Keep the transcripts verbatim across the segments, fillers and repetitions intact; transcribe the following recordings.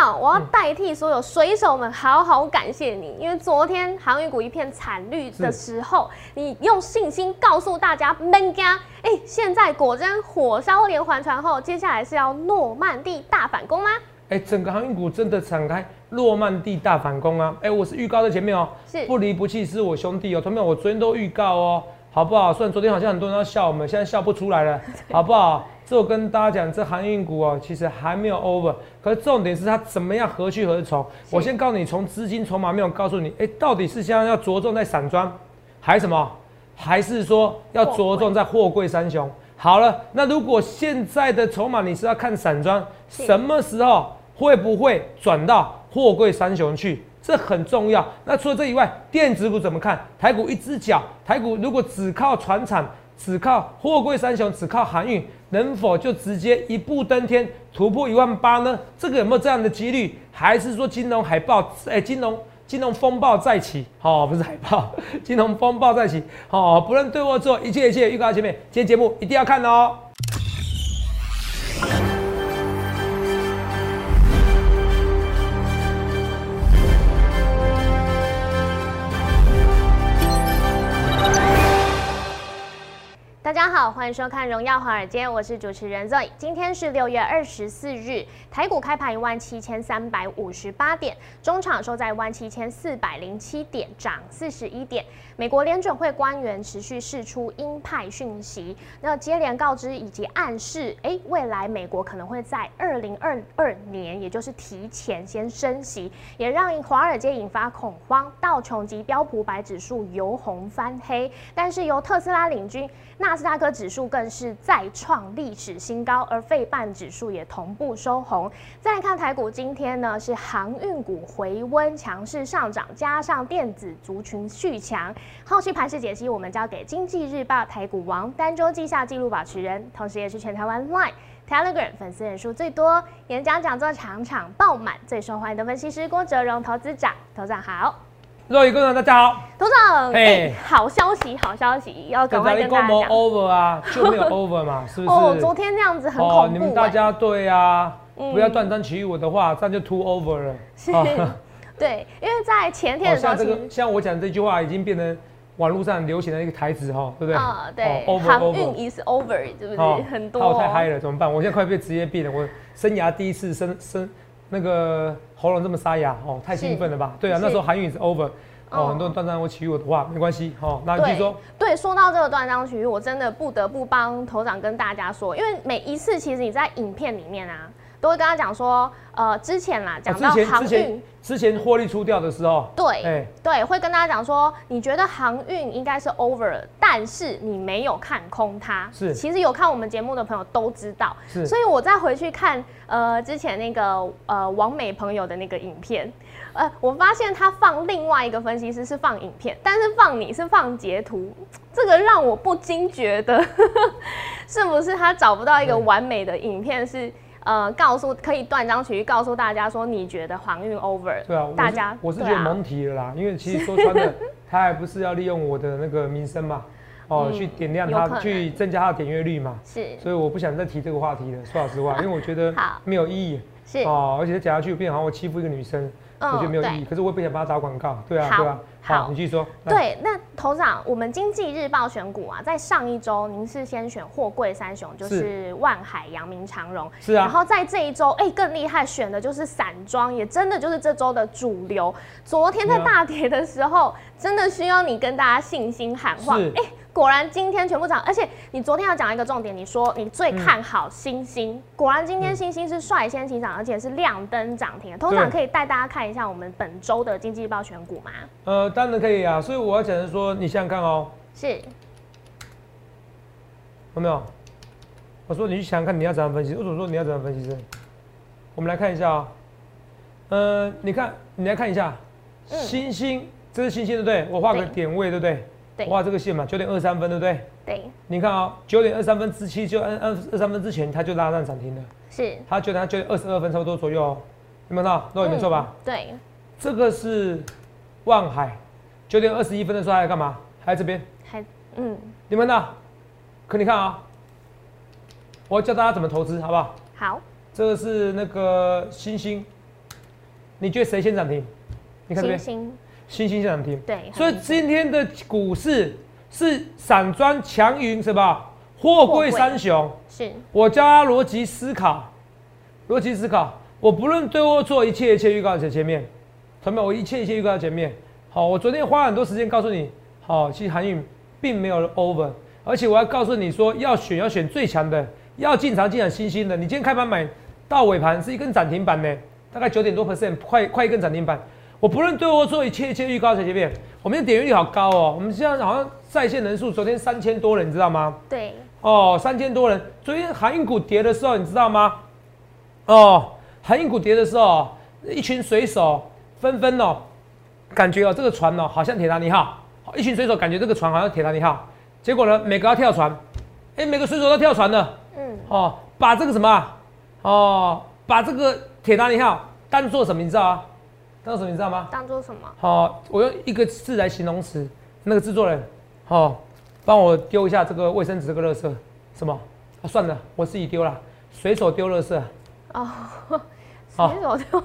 道，我要代替所有水手们好好感谢你，因为昨天航运股一片惨绿的时候，你用信心告诉大家免惊，哎，现在果真火烧连环船后，接下来是要诺曼底大反攻吗？ 哎，整个航运股真的展开诺曼底大反攻啊！哎，我是预告在前面哦， 是不离不弃是我兄弟哦，同学们，我昨天都预告哦，好不好？虽然昨天好像很多人要笑我们，现在笑不出来了，好不好？这我跟大家讲，这航运股哦，其实还没有 over， 可是重点是它怎么样何去何从？我先告诉你，从资金筹码面，我告诉你，哎，到底是现在要着重在散装，还是什么？还是说要着重在货柜三雄？好了，那如果现在的筹码你是要看散装，什么时候会不会转到货柜三雄去？这很重要。那除了这以外，电子股怎么看？台股一只脚，台股如果只靠传产，只靠货柜三雄，只靠航运，能否就直接一步登天，突破一万八呢？这个有没有这样的几率？还是说金融海豹？哎、欸，金融金融风暴再起？哦，不是海豹，金融风暴再起。哦，不论对或错，一切一切预告在前面。今天节目一定要看哦。 大家好，欢迎收看《荣耀华尔街》，我是主持人 Zoe。今天是六月二十四日，台股开盘一万七千三百五十八点，中场收在一万七千四百零七点，涨四十一点。美国联准会官员持续释出鹰派讯息，那接连告知以及暗示，哎，未来美国可能会在二零二二年，也就是提前先升息，也让华尔街引发恐慌，道琼及标普百指数由红翻黑，但是由特斯拉领军。纳斯达克指数更是再创历史新高，而费半指数也同步收红。再来看台股，今天呢是航运股回温，强势上涨，加上电子族群续强。后续盘势解析，我们交给经济日报台股王、单周绩效纪录保持人，同时也是全台湾 Line、Telegram 粉丝人数最多、演讲讲座场场爆满、最受欢迎的分析师郭哲荣投资长。投资长好。 各位观众大家好， 董事长，哎，好消息，好消息，要赶快跟大家讲。 over 啊，就没有 over 嘛，是不是？ 哦，昨天这样子很恐怖、欸。 哦，你们大家对啊，嗯、不要断章取义我的话，这样就 too over 了。 是，对，因为在前天的时候， 哦、像这个，像我讲这句话已经变成网络上流行的一个台词哈，对不对？ 啊、呃，对， 哦、 航运 is over， 对不对？哦、很多、哦。 太嗨了，怎么办？我现在快被职业病了，我生涯第一次生生那个喉咙这么沙哑，哦，太兴奋了吧？对啊，那时候航运 is over。哦，很多人断章取义我的话没关系，哦，那你继续说。 对，说到这个断章取义，我真的不得不帮头长跟大家说，因为每一次其实你在影片里面啊，都会跟他讲说，呃，之前啦讲到航运、 哦，之前获利出掉的时候， 对，欸、对，会跟大家讲说，你觉得航运应该是 over 了，但是你没有看空它。 是， 其实有看我们节目的朋友都知道。 是， 所以我再回去看呃之前那个呃王美朋友的那个影片。呃，我发现他放另外一个分析师是放影片，但是放你是放截图，这个让我不禁觉得，是不是他找不到一个完美的影片是呃告诉可以断章取义告诉大家说你觉得航运 over？ 对啊，大家我是觉得蒙题了啦，因为其实说穿了，他还不是要利用我的那个名声嘛，哦，嗯、去点亮他，去增加他的点阅率嘛， 是，所以我不想再提这个话题了，说老实话，因为我觉得没有意义， 是哦，而且讲下去变好像我欺负一个女生。我觉得没有意义，可是我也不想帮他打广告，对啊，对啊。好，你继续说。 对，那头长，我们经济日报选股啊，在上一周您是先选货柜三雄，就是万海、阳明、长荣， 是啊。 然后在这一周，哎、欸，更厉害，选的就是散装，也真的就是这周的主流。昨天在大跌的时候，真的需要你跟大家信心喊话，哎。欸果然今天全部涨，而且你昨天要讲一个重点，你说你最看好星星，嗯、果然今天星星是率先起涨，而且是亮灯涨停。头长可以带大家看一下我们本周的经济日报选股吗？ 呃，当然可以啊。所以我要讲的是说，你想想看哦， 是有没有？我说你去想想看，你要怎样分析？为什么说你要怎样分析？我们来看一下啊、哦，呃，你看，你来看一下，嗯、星星，这是星星对不对？我画个点位对不对？画这个线嘛，九点二三分，对不对？ 对。 你看啊、哦，九点二三分之七，就二二二三分之前，它就拉上涨停了。 是。 它九点它九点二十二分差不多左右、哦，有没有到？都有没错吧、 嗯？对。 这个是万海，九点二十一分的时候还在干嘛？还在这边。 还嗯。 你们呢？可你看啊，我教大家怎么投资，好不好？ 好。 这个是那个星星， 你觉得谁先涨停？你看这边， 星星星先涨停。 对， 所以今天的股市是散装强云什么？货柜三雄。 是。 我教他逻辑思考，逻辑思考。我不论对或错，一切一切预告在前面。同学们，我一切一切预告在前面。好，我昨天花很多时间告诉你，好，其实航运并没有 over， 而且我要告诉你说，要选要选最强的，要进场进场新兴的。你今天开盘买到尾盘是一根涨停板呢，大概九点多 percent， 快快一根涨停板。我不论对或错，一切一切预告在前面。我们的点阅率好高哦，我们现在好像在线人数昨天三千多人，你知道吗？ 对。 哦，三千多人。昨天航运股跌的时候，你知道吗？哦，航运股跌的时候，一群水手纷纷哦，感觉哦这个船哦好像铁达尼号，一群水手感觉这个船好像铁达尼号，结果呢每个要跳船，哎、欸、每个水手都跳船了，嗯，哦把这个什么哦把这个铁达尼号当做什么你知道啊？当做什么你知道吗？ 当做什么？ 好、哦，我用一个字来形容词，那个制作人，哦，帮我丢一下这个卫生纸这个垃圾，什么？啊算了，我自己丢了，水手丢垃圾。哦， 水手丢，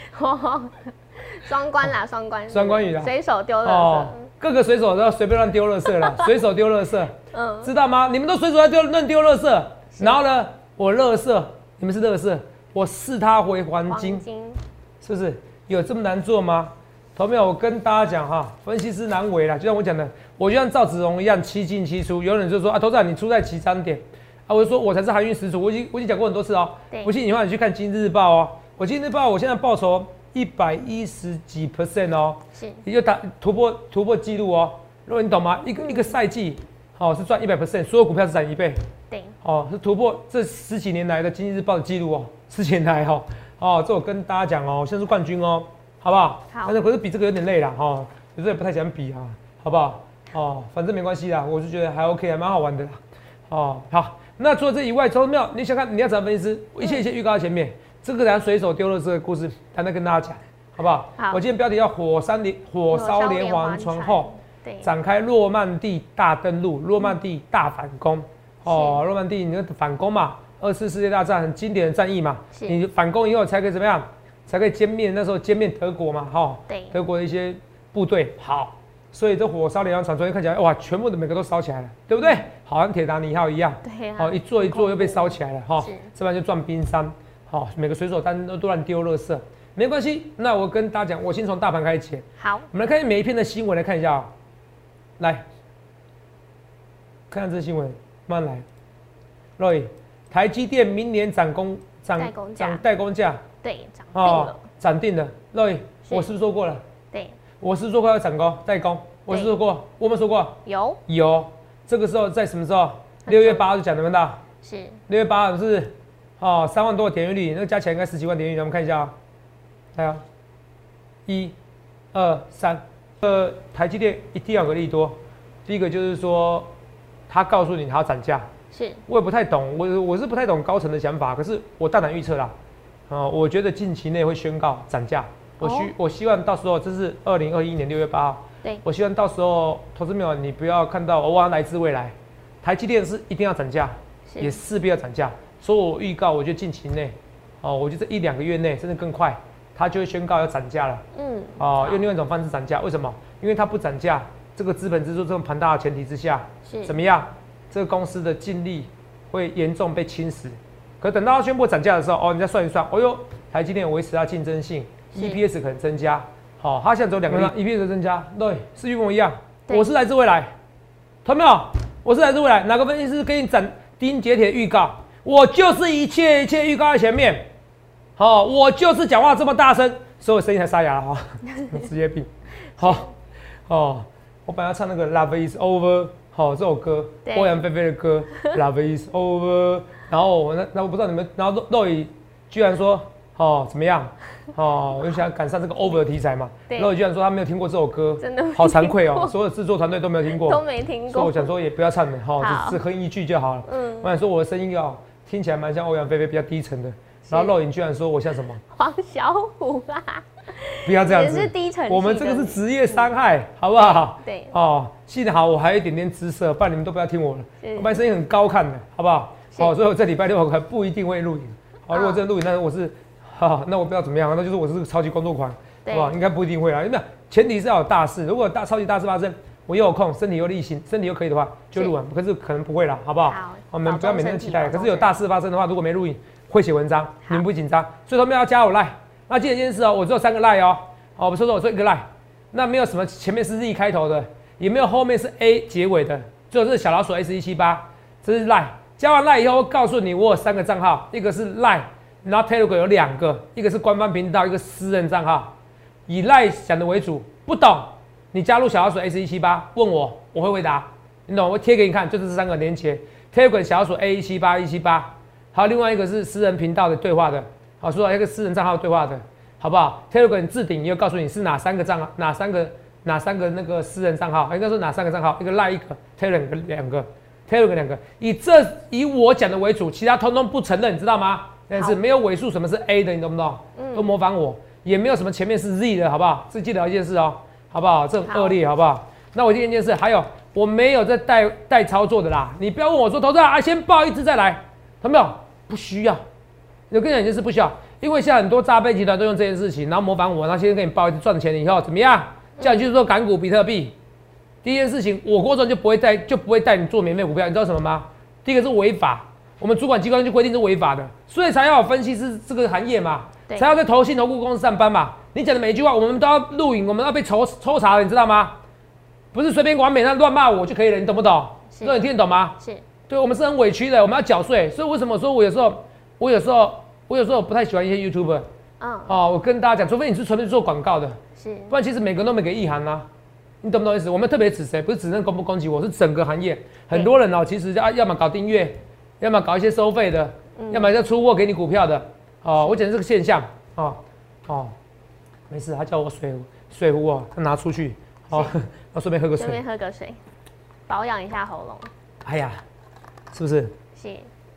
双关啦，双关， 双关语啦， 水手丢垃圾， 哦，各个水手都要随便乱丢垃圾啦，水手丢垃圾，嗯，知道吗？你们都水手在丢乱丢垃圾，然后呢，我垃圾，你们是垃圾，我视它为黄金，黄金是不是？有这么难做吗？投票，我跟大家讲哈，分析师难为啦，就像我讲的，我就像赵子龙一样，七进七出。有人就说啊，投资人你出在起涨点。啊，我就说我才是航运始祖，我已经我已经讲过很多次哦。不信你的话，你去看《今日报》哦。我《今日报》我现在报酬一百一十几 percent 哦，是，也就打突破突破纪录哦。如果你懂吗？一个、嗯、一个赛季，好、哦、是赚一百 percent， 所有股票是涨一倍。对，哦是突破这十几年来的《今日报》的纪录哦，十几年来哈、哦，哦这我跟大家讲哦，现在是冠军哦，好不好？好。但是可是比这个有点累啦哈、哦，有时候也不太想比啊，好不好？哦，反正没关系啦，我是觉得还 OK， 还蛮好玩的啦。哦，好。那除了这以外，周妙，你想看你要怎么分析？一切一切预告在前面，这个咱水手丢了这个故事，才能跟大家讲，好不好？好。我今天标题叫火山连火烧连环船后，展开诺曼底大登陆，诺曼底大反攻。哦，诺曼底你的反攻嘛，二次世界大战很经典的战役嘛，你反攻以后才可以怎么样？才可以歼灭那时候歼灭德国嘛，哈、哦，对，德国的一些部队。好。所以这火烧连环船，昨天看起来哇，全部的每个都烧起来了，对不对？好像铁达尼号一样，对、啊，好、哦、一座一座又被烧起来了哈，这边就撞冰山，好、哦，每个水手单都乱丢垃圾，没关系。那我跟大家讲，我先从大盘开始解。好，我们来看每一篇的新闻来看一下啊、哦，来看看这新闻，慢慢来。Roy， 台积电明年涨工涨涨代工价，对，涨定了，涨定了。Roy， 我是不是说过了？对。我是说过要涨工代工，我是说过，我有没有说过？有有，这个时候在什么时候？六月八号就讲，能不能？是六月八号是哦，三万多的点阅率，那个加起来应该十几万点阅率，我们看一下啊、哦，来啊，一、二、三，呃，台积电一定要有个利多，第一个就是说，他告诉你他要涨价，是，我也不太懂，我我是不太懂高层的想法，可是我大胆预测啦，啊、呃，我觉得近期内会宣告涨价。我希、oh. 我希望到时候这是二零二一年六月八号，对，我希望到时候投资朋友你不要看到我要来自未来，台积电是一定要涨价，也势必要涨价，所以我预告，我觉得近期内，哦，我觉得这一两个月内甚至更快，它就会宣告要涨价了，嗯，哦，用另外一种方式涨价，为什么？因为它不涨价，这个资本支出这种庞大的前提之下，是怎么样？这个公司的净利会严重被侵蚀，可等到它宣布涨价的时候，哦，你再算一算，哦哟，台积电维持它竞争性。E P S 可能增加，好、哦，它现在只有两个 E P S 增加，对，是一模一样。我是来自未来，看到没有？我是来自未来，哪个分析师给你斩钉截铁预告？我就是一切一切预告在前面，好、哦，我就是讲话这么大声，所以我声音才沙哑了哈，职业病。好、哦，哦，我本来要唱那个 Love Is Over， 好、哦，这首歌，欧阳菲菲的歌 Love Is Over， 然后我那那我不知道你们，然后肉宇居然说。哦，怎么样？哦，我就想赶上这个 over 的题材嘛。然后我居然说他没有听过这首歌，真的好惭愧哦，所有制作团队都没有听过， 都没听过。 所以我想说也不要唱了，哈、哦，只哼一句就好了。嗯，我想说我的声音哦，听起来蛮像欧阳菲菲，比较低沉的。然后肉颖居然说我像什么？ 黄小琥啊！ 不要这样子， 也是低沉。 我们这个是职业伤害，好不好？对。哦，幸好我还有一点点姿色，不然你们都不要听我了。我本来声音很高亢的，好不好？好、哦，所以我这礼拜六我还不一定会录影。好、哦，如果真的录影，那我是。 哈，那我不知道怎么样，那就是我是个超级工作狂， 对好不好？应该不一定会啦，因为前提是要有大事，如果有大超级大事发生，我又有空，身体又力行，身体又可以的话，就录完。可是可能不会啦，好不好？ 好， 我们不要每天期待。可是有大事发生的话，如果没录影，会写文章，你们不紧张。所以他们要加我 line。那记得一件事哦，我只有三个 line 哦。哦，我们说说我只有一个 line， 那没有什么前面是 Z 开头的，也没有后面是 A 结尾的，只有是小老鼠 S 一七八，这是 line。加完 line 以后，告诉你我有三个账号，一个是 line， 然后 Telegram 有两个，一个是官方频道，一个私人账号。以 line 讲的为主，不懂你加入小老鼠 S 一七八问我，我会回答。你懂？我贴给你看，就是这三个连结。Telegram 小老鼠 A 一七八一七八，还有另外一个是私人频道的对话的，好，说一个私人账号对话的，好不好 ？Telegram 置顶也有告诉你是哪三个账号，哪三个哪三个那个私人账号，应该说哪三个账号，一个 line 一个 Telegram 两个 Telegram 两个，以这以我讲的为主，其他通通不承认，你知道吗？但是没有尾数什么是 A 的，你懂不懂？嗯，都模仿我。也没有什么前面是 Z 的，好不好？是记得一件事哦，好不好？这很恶劣，好不好？那我记得一件事，还有我没有在带带操作的啦。你不要问我说，投资啊，先报一只再来，懂没有？不需要。我跟你讲一件事，不需要，因为现在很多诈骗集团都用这件事情，然后模仿我，然后先给你报一只赚钱了以后怎么样？叫你去做港股、比特币。第一件事情，我郭总就不会带，就不会带你做免费股票，你知道什么吗？第一个是违法，我们主管机关就规定是违法的，所以才要有分析师这个行业嘛。才要在投信投顾公司上班嘛？你讲的每一句话，我们都要录影，我们要被抽抽查的，你知道吗？不是随便完美那乱骂我就可以了，你懂不懂？那你听得懂吗？ 是， 对我们是很委屈的，我们要缴税。所以为什么说我有时候，我有时候，我有时候不太喜欢一些 YouTuber。嗯。哦，我跟大家讲，除非你是纯粹做广告的，是，不然其实每个人都每个意涵啊，你懂不懂意思？我们特别指谁？不是指那攻不攻击我，是整个行业很多人哦，其实要要么搞订阅，要么搞一些收费的，嗯、要么就出货给你股票的。哦，我讲这个现象，哦，哦，没事，他叫我水水壶哦，他拿出去，哦，那顺便喝个水， 顺便喝个水，保养一下喉咙。 哎呀，是不是？ 是。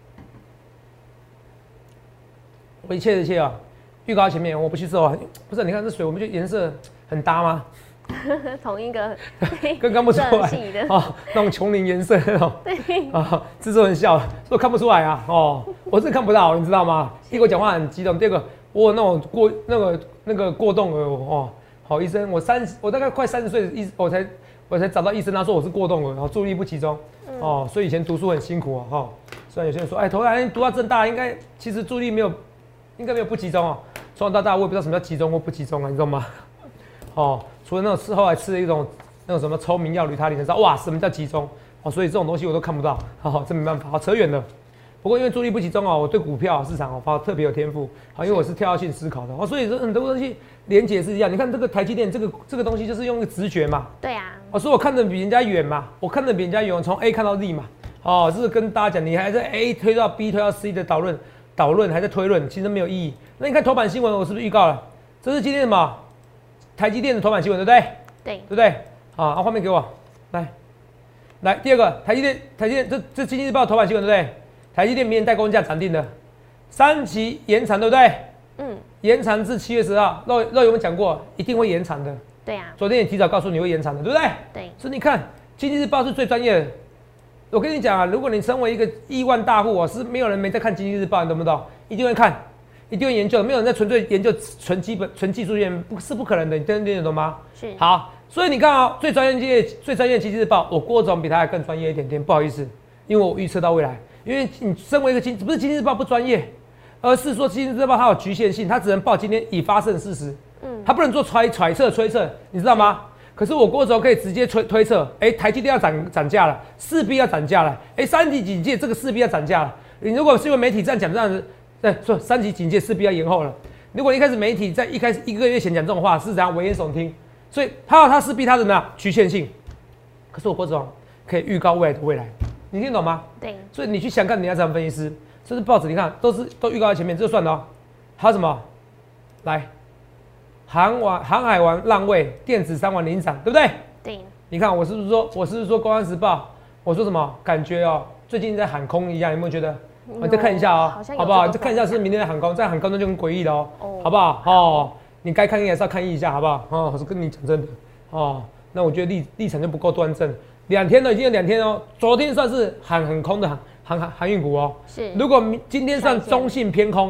我一切的一切啊，预告前面我不去做，不是？你看这水，我们就颜色很搭吗？ 同一个， 更看不出来哦，那种琼林颜色那种，对啊，制作人笑，说看不出来啊，哦，我是看不到，你知道吗？第一个讲话很激动，第二个我有那种过那个那个过动儿哦，好医生，我三我大概快三十岁，医我才我才找到医生，他说我是过动儿，然后注意力不集中，嗯、哦，所以以前读书很辛苦啊，哈、哦，虽然有些人说，哎，头来读到正大，应该其实注意力没有，应该没有不集中哦，从小到大我也不知道什么叫集中或不集中啊，你知道吗？哦，除了那种吃后来吃的一种那种什么抽明药、氯他林，才知道哇，什么叫集中哦，所以这种东西我都看不到，好、哦，这没办法，好扯远了。不过因为注意力不集中哦，我对股票市场哦，发特别有天赋，好，因为我是跳跃性思考的哦，所以说很多东西连结是一样。你看这个台积电这个这个东西就是用一个直觉嘛， 对啊， 哦，所以我看得比人家远嘛，我看得比人家远，我从 A 看到 Z 嘛，哦，这是跟大家讲，你还在 A 推到 B 推到 C 的导论导论还在推论，其实没有意义。那你看头版新闻，我是不是预告了？这是今天什么？台积电的头版新闻，对不对？ 对， 对不对？好，啊，画面给我，来，来，第二个，台积电，台积电，这这经济日报头版新闻，对不对？台积电明年代工价涨定的，三期延长，对不对？嗯，延长至七月十号，肉肉有没有讲过，一定会延长的。 对啊， 昨天也提早告诉你会延长的，对不对？ 对， 所以你看，经济日报是最专业的。我跟你讲啊，如果你身为一个亿万大户，我是没有人没在看经济日报，你懂不懂？一定会看。一定会研究的，没有人在纯粹研究纯基本、纯技术面，不是不可能的，你听得懂吗？是。好，所以你看啊、哦，最专业、最专业的经济日报，我郭总比他还更专业一点点，不好意思，因为我预测到未来。因为你身为一个经，不是经济日报不专业，而是说经济日报它有局限性，它只能报今天已发生的事实，嗯，它不能做揣揣测、推测，你知道吗？可是我郭总可以直接推推测，哎、欸，台积电要涨涨价了，势必要涨价了，哎、欸，三级警戒这个势必要涨价了。你如果是因为媒体这样讲这样子。对，说三级警戒势必要延后了。如果一开始媒体在一开始一个月前讲这种话，是怎样危言耸听？所以它有它势必它的呢局限性。可是我郭总可以预告未来的未来，你听懂吗？对。所以你去想看人家这样分析师，这是报纸，你看都是都预告在前面，这就算了哦。还有什么？来，航玩航海王浪位电子三王领涨，对不对？对。你看我是不是说，我是不是说《公安时报》？我说什么？感觉哦，最近在喊空一样，有没有觉得？你再看一下哦，好不好？你再看一下是明天的航空，在航空那就很诡异了哦，哦好不好？哦，你该看也是要看一下，好不好？哦，我是跟你讲真的哦。那我觉得立立场就不够端正，两天了，已经有两天哦。昨天算是喊很空的航航航运股哦，是。如果今天算中性偏空哦，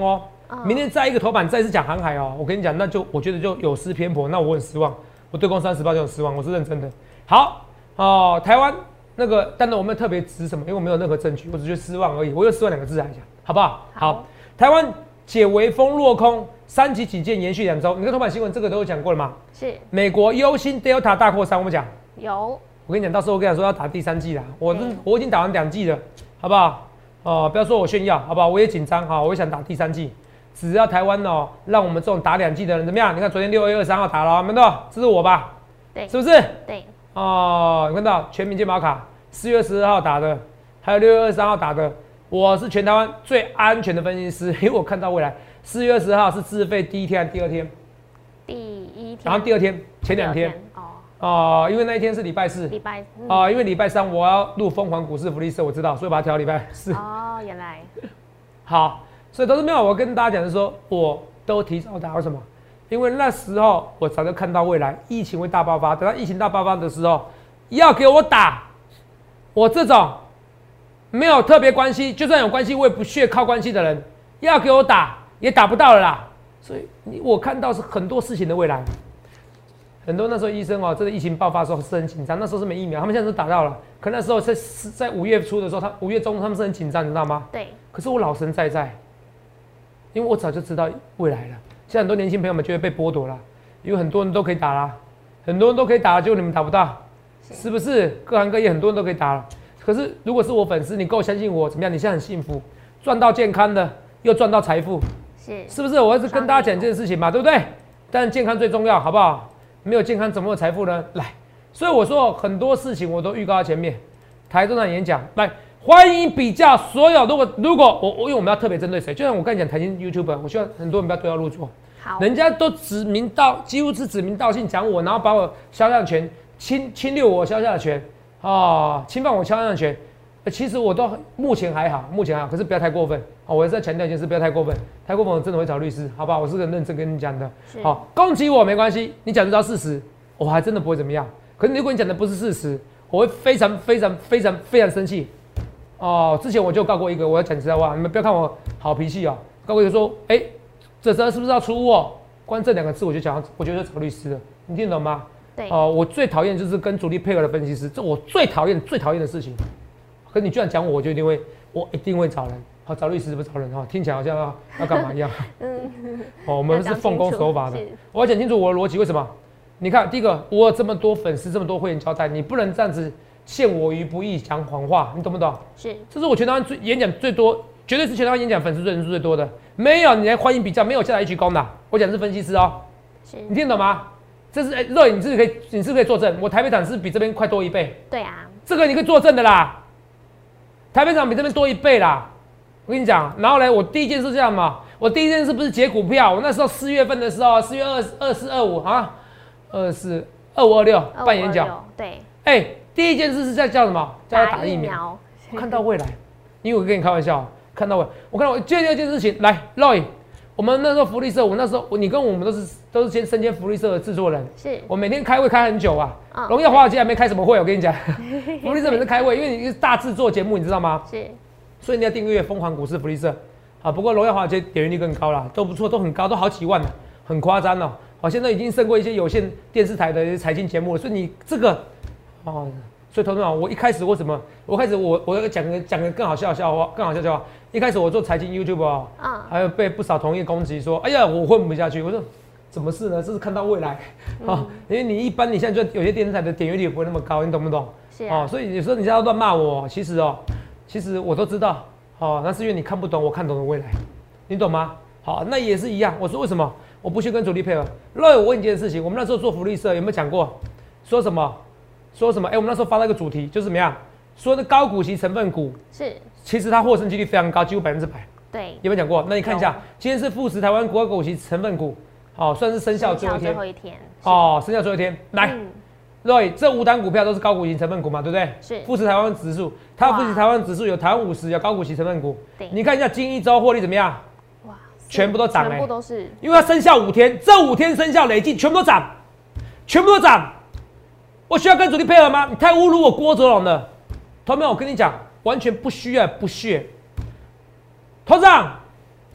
嗯明天再一个头版再次讲航海哦，我跟你讲，那就我觉得就有失偏颇，那我很失望，我对《工商时报》就很失望，我是认真的。好哦，台湾那个，当然我们特别指什么，因为我没有任何证据，我只觉得失望而已，我用失望两个字来讲，好不好？ 好， 好台湾解微风落空，三级警戒延续两周，你看头版新闻这个都有讲过了吗？ 是美国忧心 Delta 大扩散，我们讲。 有， 我跟你讲，到时候我跟你讲说要打第三剂啦，我我已经打完两剂了，好不好？哦、呃，不要说我炫耀，好不好？我也紧张哈，我也想打第三剂。只要台湾哦，让我们这种打两剂的人怎么样？你看昨天六月二十三号打了，没到，这是我吧？ 对， 是不是？ 对。 哦、呃，你看到全民健保卡四月十二号打的，还有六月二十三号打的，我是全台湾最安全的分析师，因为我看到未来。四月二十号是自费第一天还是第二天？ 第一天。 然后第二天，前两天。 哦。 哦、呃，因为那一天是礼拜四。 礼拜。啊、 嗯呃，因为礼拜三我要录疯狂股市福利社，我知道，所以把它调礼拜四。 哦，原来。 好，所以都是没有。我跟大家讲的是说，我都提早打，为什么？因为那时候我早就看到未来疫情会大爆发，等到疫情大爆发的时候，要给我打，我这种没有特别关系，就算有关系，我也不屑靠关系的人，要给我打也打不到了啦。所以你我看到是很多事情的未来，很多那时候医生哦，这个疫情爆发的时候是很紧张，那时候是没疫苗，他们现在都打到了，可那时候在在五月初的时候，他五月中他们是很紧张，你知道吗？ 对。 可是我老神在在，因为我早就知道未来了。现在很多年轻朋友们就会被剥夺了，因为很多人都可以打啦，很多人都可以打了，结果你们打不到，是, 是不是？各行各业很多人都可以打了，可是如果是我粉丝，你够相信我，怎么样？你现在很幸福，赚到健康的，又赚到财富， 是是不是？我一直跟大家讲这件事情嘛，对不对？但是健康最重要，好不好？没有健康怎么有财富呢？来，所以我说很多事情我都预告在前面，台中场演讲来。欢迎比较所有，如果如果我我因为我们要特别针对谁，就像我刚才讲台新 YouTuber， 我希望很多人不要对号入座。 好， 人家都指名道，几乎是指名道姓讲我，然后把我肖像权侵侵略我肖像权啊、哦，侵犯我肖像权。其实我都目前还好，目前还好，可是不要太过分。好、哦，我在强调一件事，不要太过分，太过分我真的会找律师，好不好？我是很认真跟你讲的。好、哦，攻击我没关系，你讲得到事实，我还真的不会怎么样。可是如果你讲的不是事实，我会非常非常非常非常生气。哦，之前我就告过一个，我要讲实在话，你们不要看我好脾气哦。告过一个说，哎、欸，这这是不是要出货？关这两个字我就讲，我就找律师了，你听懂吗？ 对。 哦、呃，我最讨厌就是跟主力配合的分析师，这我最讨厌最讨厌的事情。可是你居然讲我，我就一定会，我一定会找人，好找律师不找人哈，听起来好像要要干嘛一样。嗯。哦，我们是奉公守法的，我要讲清楚我的逻辑，为什么？你看，第一个，我有这么多粉丝，这么多会员交代，你不能这样子。陷我于不义，讲谎话，你懂不懂？是，这是我全台湾最演讲最多，绝对是全台湾演讲粉丝人数最多的。没有，你来欢迎比较，没有下来一鞠躬的。我讲的是分析师哦，是，你听懂吗？这是哎，肉、欸，你自己可以，你是不是可以作证？我台北场是比这边快多一倍。 对啊， 这个你可以作证的啦。台北场比这边多一倍啦。我跟你讲，然后呢，我第一件事这样嘛，我第一件事不是解股票，我那时候四月份的时候，四月二二四二五啊，二四二五二六办演讲， 对， 哎、欸。第一件事是在叫什么？叫他打疫苗。我看到未来，因为我跟你开玩笑，看到未来，我看到我第二件事情，来 ，Roy， 我们那时候福利社，我那时候你跟我们都是都是先身兼福利社的制作人，是我每天开会开很久啊。荣、哦、耀华尔街还没开什么会，我跟你讲，福利社每次开会，因为你是大制作节目，你知道吗？是，所以你要订阅疯狂股市福利社啊。不过荣耀华尔街点阅率更高啦，都不错，都很高，都好几万了，很夸张哦。好，现在已经胜过一些有线电视台的财经节目了，所以你这个。哦，所以投资者，我一开始为什么？我开始我我要讲个讲个更好笑的笑话，更好笑的笑话。一开始我做财经 YouTube 啊、哦，还有被不少同业攻击说，哎呀，我混不下去。我说，怎么是呢？这是看到未来啊、哦，因为你一般你现在就有些电视台的点阅率也不会那么高，你懂不懂？是啊。哦，所以有时候你现在乱骂我，其实哦，其实我都知道，哦，那是因为你看不懂我看懂的未来，你懂吗？好，那也是一样。我说为什么我不去跟主力配合？若有我问你一件事情，我们那时候做福利社有没有讲过？说什么？说什么？哎、欸，我们那时候发了一个主题，就是怎么样？说的高股息成分股是，其实它获胜几率非常高，几乎百分之百。对，有没有讲过？那你看一下，今天是富时台湾高股息成分股，好、哦，算是生效最后一天。最后一天。哦，生效最后一天。来，对、嗯，这五档股票都是高股息成分股嘛，对不对？是。富时台湾指数，它富时台湾指数有台湾五十，有高股息成分股。对。你看一下今一周获利怎么样？哇，全部都涨、欸，全部都是，因为它生效五天，这五天生效累计全部都涨，全部都涨。我需要跟主力配合吗？你太侮辱我郭哲龙了，同学们，我跟你讲，完全不需要，不屑。头长，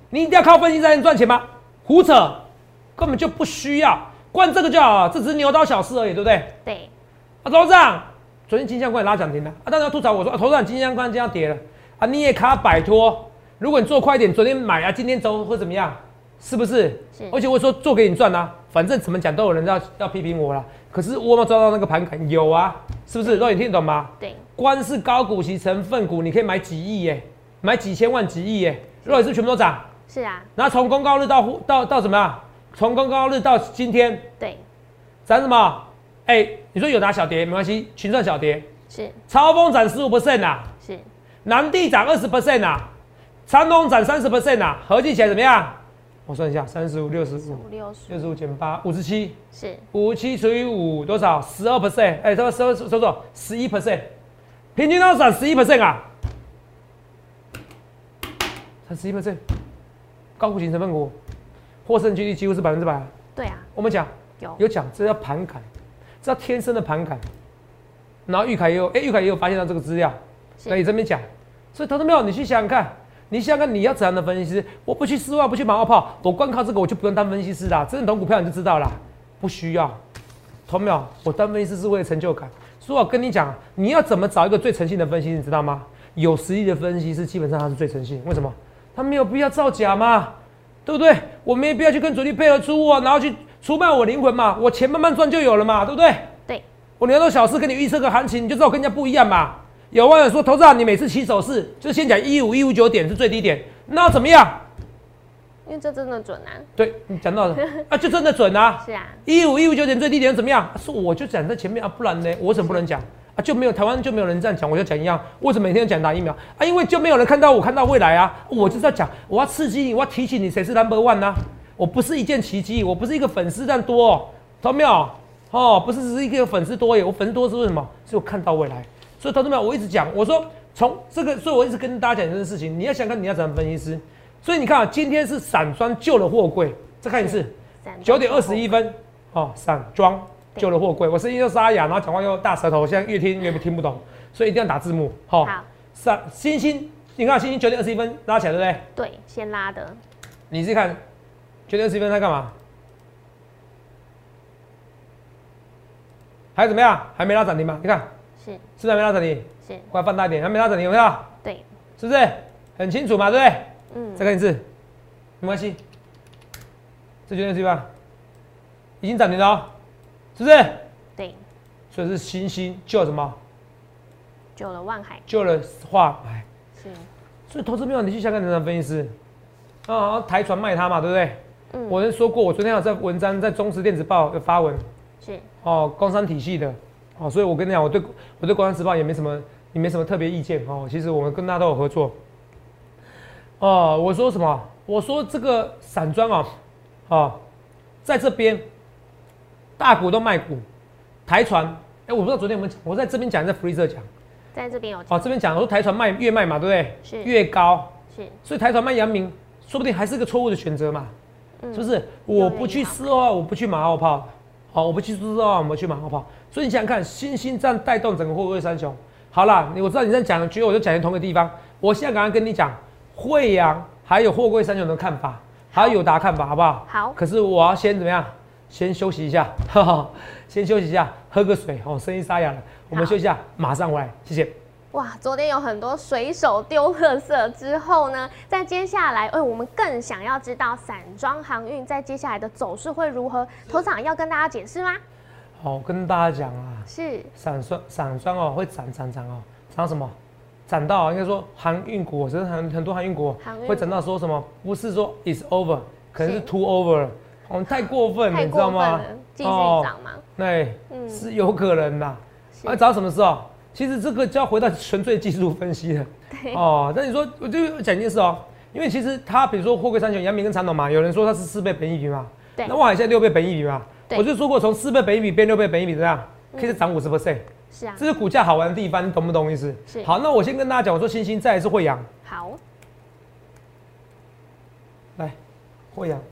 你一定要靠分析才能赚钱吗？胡扯，根本就不需要，关这个就好了，这只是牛刀小事而已，对不对？ 对。 啊，董事长，昨天金相关也拉涨停了，啊，当然要吐槽我说，啊，董事长金相关今天要跌了，啊，你也卡摆脱，如果你做快一点，昨天买啊，今天走会怎么样？是不是？是。而且我说做给你赚啊，反正怎么讲都有人要要批评我啦。可是我有没有抓到那个盘感？有啊，是不是？都你听懂吗？ 对。 光是高股息成分股，你可以买几亿耶，买几千万、几亿耶，若也是全部都涨。 是啊。 然后从公告日到到到什么啊？从公告日到今天， 对， 涨什么？哎、欸，你说有拿小跌没关系，群创小跌是。 超风涨十五 percent 啊， 是。 南地涨二十 percent 啊，长隆涨三十 percent 啊，合计起来怎么样？我算一下，三十五、六十五、六十五减八，五十七，是五十七除以五多少？十二 percent， 哎，这个十二收收十一 percent， 平均都涨十一 percent 啊，才十一 percent， 高股息成分股，获胜几率几乎是百分之百。 对啊， 我们讲有有讲，这叫盘感，这叫天生的盘感。然后玉凯也有，哎、欸，玉凯也有发现到这个资料，可以这边讲，所以投资没有，你去想想看。你想想看，你要怎样的分析师？我不去丝袜，不去马后炮，我光靠这个我就不用当分析师啦。真的懂股票你就知道啦，不需要。懂没有？我当分析师是为了成就感。所以我跟你讲，你要怎么找一个最诚信的分析师，你知道吗？有实力的分析师基本上他是最诚信。为什么？他没有必要造假嘛，对不对？我没必要去跟主力配合出货，然后去出卖我灵魂嘛。我钱慢慢赚就有了嘛，对不对？ 对。我聊到小事跟你预测个行情，你就知道我跟人家不一样嘛。有网友说，投资人你每次起手势就先讲一五一五九点是最低点，那怎么样？ 因为这真的准啊。对， 你讲到了啊，就真的准啊。 是啊。 一五一五九点最低点怎么样？说我就讲在前面啊，不然呢，我怎么不能讲啊？就没有台湾就没有人这样讲，我就讲一样。为什么每天讲打疫苗啊？因为就没有人看到我看到未来啊。我就是要讲，我要刺激你，我要提醒你谁是 number one 啊。我不是一件奇迹，我不是一个粉丝量多、哦，懂没有？哦，不是只是一个粉丝多耶，我粉丝多是为什么？是我看到未来。所以投资者，我一直讲，我说从这个，所以我一直跟大家讲这件事情，你要想看你要怎么分析师。所以你看啊，今天是散装救了货柜，再看一次，九点二十一分，哦，散装救了货柜。我声音又沙哑，然后讲话又大舌头，现在越听越听不懂，所以一定要打字幕。好、哦，散星星，你看星星九点二十一分拉起来，对不对？ 对，先拉的。 你自己看，九点二十一分它干嘛？还怎么样？还没拉涨停吗？你看。是，是不是还没拉涨停？是，过来放大一点，还没拉涨停，有没有？对，是不是很清楚嘛？对不对？嗯。再看一次，没关系，这九点二十一吧，已经涨停了、哦，是不是？对。所以是星星救了什么？ 救了万海， 救了华海。是。所以投资没有你去香港人分析师，啊，台船卖它嘛，对不对？嗯。我说过，我昨天有在文章在中时电子报有发文，是哦，工商体系的。哦，所以我跟你讲，我对我对《工商时报》也没什么，也没什么特别意见哦。其实我们跟大家都有合作。哦，我说什么？我说这个散装啊，哦，在这边大股东卖股，台船，哎，我不知道昨天有没有讲，我在这边讲，在 Freezer 讲， 在这边有哦，这边讲，我说台船卖越卖嘛，对不对？是越高，是，所以台船卖阳明，说不定还是个错误的选择嘛，嗯、是不是？我不去四号，我不去马后炮。好，我不去四号，我们去马后炮。所以你想想看，新兴这样带动整个货柜三雄。好啦，我知道你在讲，觉得我就讲在同个地方。我现在刚刚跟你讲，惠阳还有货柜三雄的看法，还有友达看法，好不好？好。可是我要先怎么样？先休息一下，哈哈，先休息一下，喝个水。哦，声音沙哑了，我们休息一下，马上回来，谢谢。 哇，昨天有很多水手丢垃圾之后呢，在接下来，哎，我们更想要知道散装航运在接下来的走势会如何？头场要跟大家解释吗？ 好，跟大家讲啊， 是散装散装哦，会涨涨涨哦，涨什么？涨到应该说航运股，甚至很很多航运股会涨到说什么？不是说 is over， 可能是 too over 了，哦，太过分了，你知道吗？ 继续涨吗？ 对，嗯，是有可能的。啊，涨到什么时候？其实这个就要回到纯粹技术分析了，哦。但你说，我就讲一件事哦，因为其实它比如说货柜三雄、阳明跟长荣嘛，有人说它是四倍本益比嘛，对。那万海现在六倍本益比嘛，我就说过从四倍本益比变六倍本益比怎样，可以涨五十 percent， 是啊，这是股价好玩的地方，你懂不懂意思？是。好，那我先跟大家讲，我说星星，再来是惠阳，好，来，惠阳，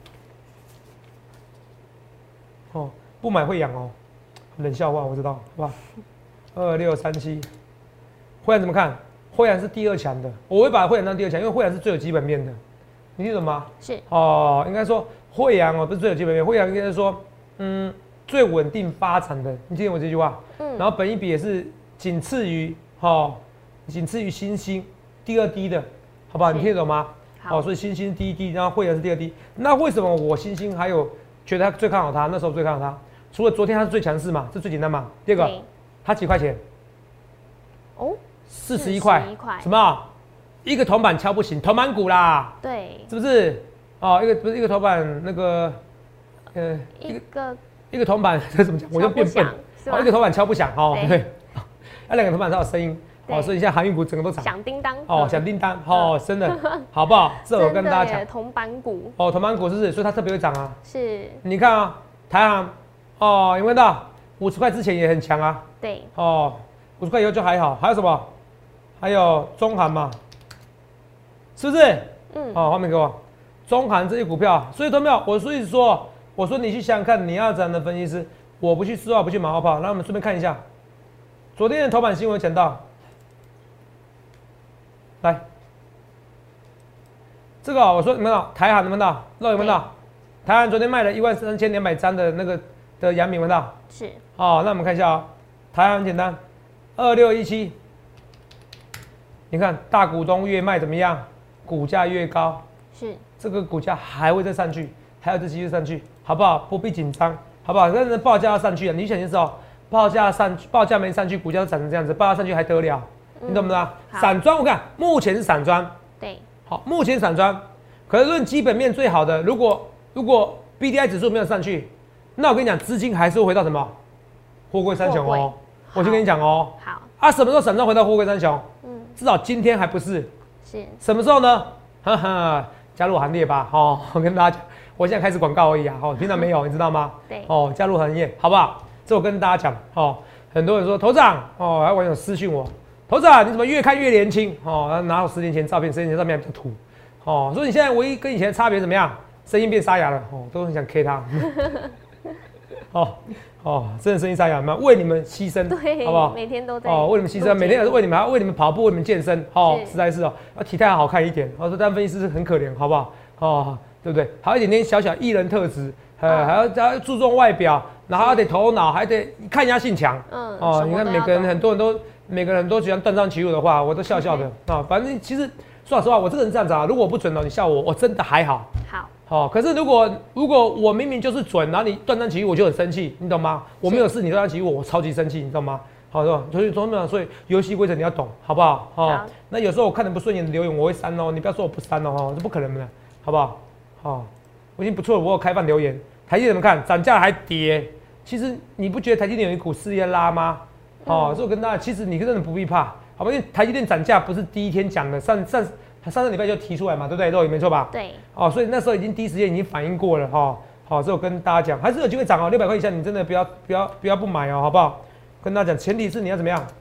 哦，不买惠阳哦，冷笑话我知道，好不好？二六三七，惠阳怎么看？惠阳是第二强的，我会把惠阳当第二强，因为惠阳是最有基本面的。 你记得吗？ 是哦，应该说惠阳哦，不是最有基本面，惠阳应该是说，嗯，最稳定发展的。你记得我这句话？嗯。然后本益比也是仅次于哦，仅次于新兴，第二低的，好不好？你听得懂吗？好、哦，所以新兴第一低，然后惠阳是第二低。那为什么我新兴还有觉得他最看好它？那时候最看好它，除了昨天它是最强势嘛，这最简单嘛。第二个，它几块钱？哦，四十一块。什么？一个铜板敲不行，铜板股啦。对，是不是？哦，一个不是一个铜板那个，呃，一个一个铜板这怎么讲？我就变笨。哦，一个铜板敲不响哦，对。那两个铜板才有声音。哦，所以现在航运股整个都涨， 响叮当哦，响叮当哦，真的，好不好？这我跟大家讲， 铜板股哦，铜板股是不是？所以它特别会涨啊。 是， 你看啊，台航哦，有没有到五十块之前也很强啊？ 对， 哦，五十块以后就还好。还有什么？还有中航嘛，是不是？嗯，哦，画面给我，中航这些股票，所以都没有。我所以说，我说你去想想看，你要怎样的分析师？我不去四号，不去马后炮。那我们顺便看一下，昨天的头版新闻讲到。来，这个、哦、我说你们到台航，你们到肉有没有到？台航昨天卖了一万三千两百张的那个的阳明，闻到？是。哦，那我们看一下啊、哦，台航很简单，二六一七，你看大股东越卖怎么样？股价越高。是。这个股价还会再上去，还有这机会上去，好不好？不必紧张，好不好？但是报价要上去啊！你想清楚哦，报价上去，报价没上去，股价都涨成这样子，报价上去还得了？你懂不懂？散装我看目前是散装，对，好，目前散装，可是论基本面最好的，如果如果 B D I 指数没有上去，那我跟你讲，资金还是会回到什么？货柜三雄哦，我先跟你讲哦，好啊，什么时候散装回到货柜三雄？嗯，至少今天还不是，是什么时候呢？哈哈，加入行列吧，哦，我跟大家讲，我现在开始广告而已啊，哦，平常没有，你知道吗？对，哦，加入行业，好不好？这我跟大家讲，哦，很多人说头长，哦，还有网友私讯我。头子啊，你怎么越看越年轻哦？拿我十年前照片，十年前照片还比较土哦。所以你现在唯一跟以前的差别怎么样？声音变沙哑了哦，都很想 K 他。哦哦，真的声音沙哑吗？为你们牺牲，对，好不好？每天都在哦，为你们牺牲，每天也是为你们，还要为你们跑步，为你们健身哦，实在是哦，要体态好看一点。我说当分析师很可怜，好不好？哦，对不对？还有一点点小小艺人特质，呃，还要还要注重外表，然后还得头脑，还得抗压性强。嗯，哦，你看每个人很多人都。每个人都喜欢断章取义的话，我都笑笑的啊。反正其实说老实话，我这个人这样子啊，如果不准哦，你笑我，我真的还好。好，好、哦。可是如果如果我明明就是准，然后你断章取义，我就很生气，你懂吗？我没有事，你断章取义，我超级生气，你知道吗？好，是吧？所以说呢，所以游戏规则你要懂，好不好？哦、好。那有时候我看你不顺眼的留言，我会删哦，你不要说我不删哦，这不可能的，好不好？好、哦，我已经不错了，我有开放留言。台积电怎么看？涨价还跌？其实你不觉得台积电有一股势力拉吗？哦，所以我跟大家，其实你真的不必怕，好吧？因为台积电涨价不是第一天讲的，上上上上礼拜就提出来嘛，对不对？都没错吧？对。哦，所以那时候已经第一时间已经反应过了哈。好、哦，所以我跟大家讲，还是有机会涨哦，六百块以下你真的不要不要不要不买哦，好不好？跟大家讲，前提是你要怎么样？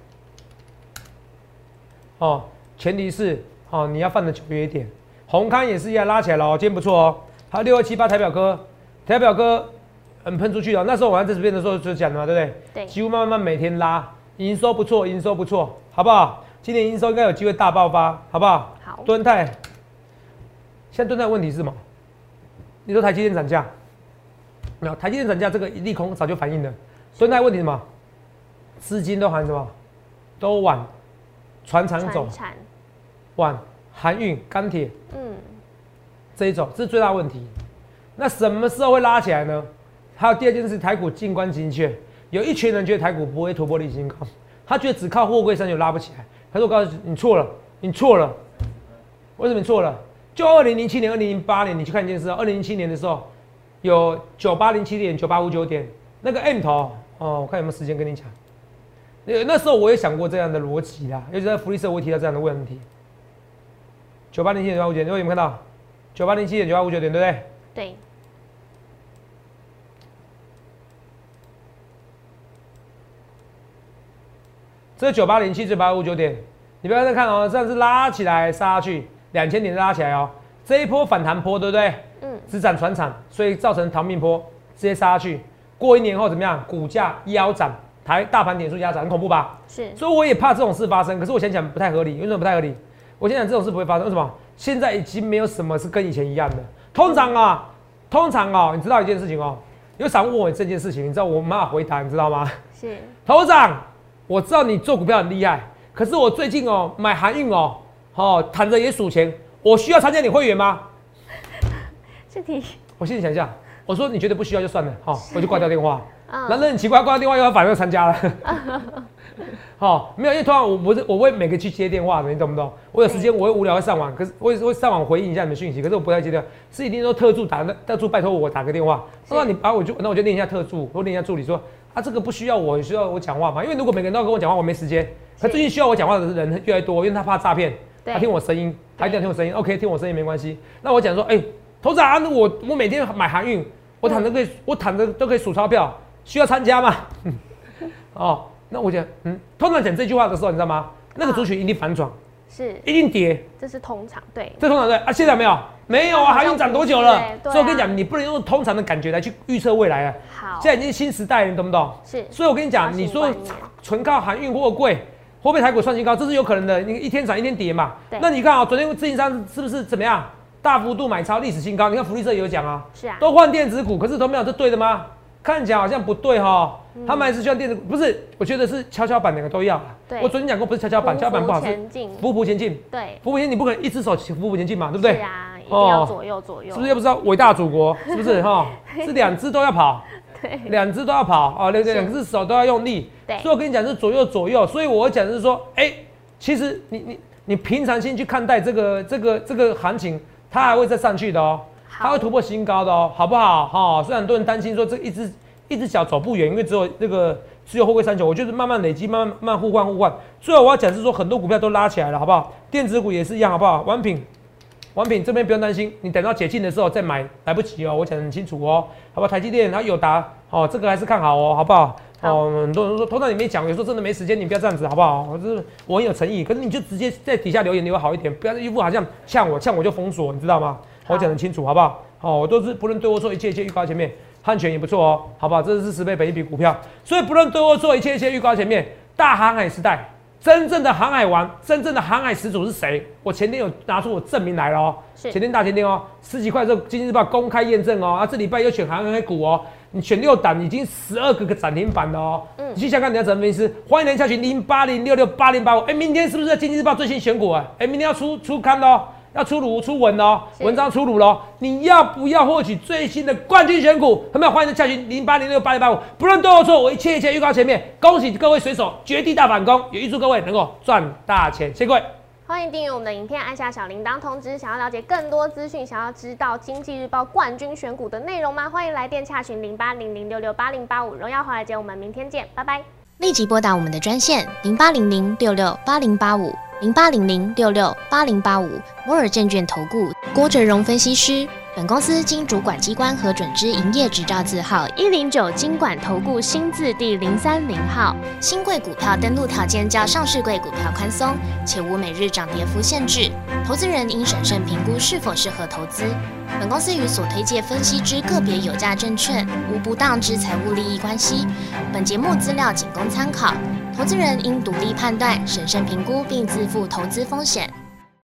哦，前提是哦你要放的久约一点。宏康也是一样拉起来了哦，今天不错哦。还有六二七八台表哥，台表哥。嗯，喷出去了。那时候我在这边的时候就讲了嘛，对不对？对。几乎慢慢每天拉，营收不错，营收不错，好不好？今年营收应该有机会大爆发，好不好？好。敦泰，现在敦泰问题是什么？你说台积电涨价，没有？台积电涨价这个利空早就反映了。敦泰问题是什么？资金都含什么？都往船厂走，往航运、钢铁，嗯，这一种，这是最大问题。那什么时候会拉起来呢？还有第二件事，台股静观精确，有一群人觉得台股不会突破历史新高，他觉得只靠货柜三雄拉不起来。可是我告诉你，你错了，你错了。为什么你错了？就二零零七年、二零零八年，你去看一件事啊，二零零七年的时候有九八零七点、九八五九点，那个 M 头哦，我看有没有时间跟你讲。那时候我也想过这样的逻辑啦，尤其在福利社我会提到这样的问题。九八零七点、九八五九点，有没有看到？九八零七点、九八五九点，对不对？对。这九八零七至八五九点，你不要再看哦，这样是拉起来杀下去，两千点拉起来哦，这一波反弹波对不对？嗯，只涨传产，所以造成逃命波，直接杀下去。过一年后怎么样？股价腰斩，台大盘点数压涨，很恐怖吧？是。所以我也怕这种事发生，可是我想想不太合理，为什么不太合理？我想想这种事不会发生，为什么？ 现在已经没有什么是跟以前一样的。通常啊，通常啊，你知道一件事情哦，有散户问我这件事情，你知道我没办法回答，你知道吗？ 是。 头长，我知道你做股票很厉害，可是我最近哦买航运哦，哦躺着也数钱，我需要参加你会员吗？ 这题， 我心里想一下，我说你觉得不需要就算了，好、哦，我就挂掉电话。 嗯、 男人很奇怪，挂掉电话又要反而参加了。好、哦，没有，因为通常我不是我会每个去接电话的，你懂不懂？我有时间我会无聊会上网，可是我也会上网回应一下你们讯息，可是我不太接电话，是一定说特助打特助拜托我打个电话，那你把我就那我就练一下特助，我练一下助理说啊这个不需要我需要我讲话嘛，因为如果每个人都要跟我讲话，我没时间。可最近需要我讲话的人越来越多，因为他怕诈骗，他听我声音，他一定要听我声音 ，OK， 听我声音没关系。那我讲说，哎、欸，头长啊，我我每天买航运，我躺着可以，我躺着都可以数钞票，需要参加吗？哦。那我讲，嗯，通常讲这句话的时候，你知道吗？那个族群一定反转， 是， 一定跌， 这是通常，对， 这通常对啊。现在没有，没有啊，航运涨多久了？ 啊、 所以我跟你讲，你不能用通常的感觉来去预测未来啊。 好， 现在已经是新时代了，你懂不懂？ 是， 所以我跟你讲，你说纯靠航运货柜，会不会台股创新高？这是有可能的。你一天涨一天跌嘛。那你看啊、喔，昨天自营商是不是怎么样？大幅度买超历史新高？你看福利社也有讲啊， 是啊， 都换电子股，可是都没有，这对的吗？看起来好像不对哈，嗯、他们还是需要电子股，不是？我觉得是跷跷板两个都要。我昨天讲过，不是跷跷板，跷跷板不好是浮浮前进。对，浮浮前进你不可能一只手浮浮前进嘛，对不对？ 是啊，一定要左右左右。 是不是又不知道伟大祖国？是不是哈？是两只都要跑， 对， 两只都要跑啊，两两只手都要用力。对，所以我跟你讲是左右左右，所以我讲的是说，哎、欸，其实你你你平常心去看待这个这个这个行情，它还会再上去的哦。它会突破新高的哦，好不好？哈、哦，虽然很多人担心说这一只一只脚走不远，因为只有那个只有货柜三九，我就是慢慢累积，慢慢慢互换互换。最后我要讲是说，很多股票都拉起来了，好不好？电子股也是一样，好不好？王品，王品这边不用担心，你等到解禁的时候再买，来不及哦，我讲得很清楚哦，好不好？台积电它友达哦，这个还是看好哦，好不好？哦，很多人说头上你没讲，有时候真的没时间，你不要这样子，好不好？我是我很有诚意，可是你就直接在底下留言留好一点，不要一副好像呛我，呛我就封锁，你知道吗？我讲得清楚，好不好？哦，我都是不论对或错，一切一切预告前面，汉泉也不错哦，好不好？这是十倍本益比股票，所以不论对或错，一切一切预告前面，大航海时代，真正的航海王，真正的航海始祖是谁？我前天有拿出我证明来了哦，前天大前天哦，十几块之后，经济日报公开验证哦，啊，这礼拜又选航海股哦，你选六档已经十二个个涨停板了哦，嗯，你去想看你要怎么分析？欢迎来下群零八零六六八零八五，哎，明天是不是在经济日报最新选股啊？哎，明天要出出刊的哦。要出炉出文哦，文章出炉喽！你要不要获取最新的冠军选股？有没有？欢迎在下群零八零六八零八五，不论对或错，我一切一切预告前面。恭喜各位水手绝地大反攻，也预祝各位能够赚大钱。谢谢各位。 欢迎订阅我们的影片，按下小铃铛通知。想要了解更多资讯，想要知道经济日报冠军选股的内容吗？欢迎来电洽询零八零零六六八零八五。荣耀华尔街，我们明天见，拜拜。 立即拨打我们的专线零八零零六六八零八五。零八零零六六八零八五摩尔证券投顾郭哲荣分析师，本公司经主管机关核准之营业执照字号一零九金管投顾新字第零三零号。新贵股票登录条件较上市贵股票宽松，且无每日涨跌幅限制。投资人应审慎评估是否适合投资。本公司与所推介分析之个别有价证券无不当之财务利益关系。本节目资料仅供参考。投资人应独立判断、审慎评估，并自负投资风险。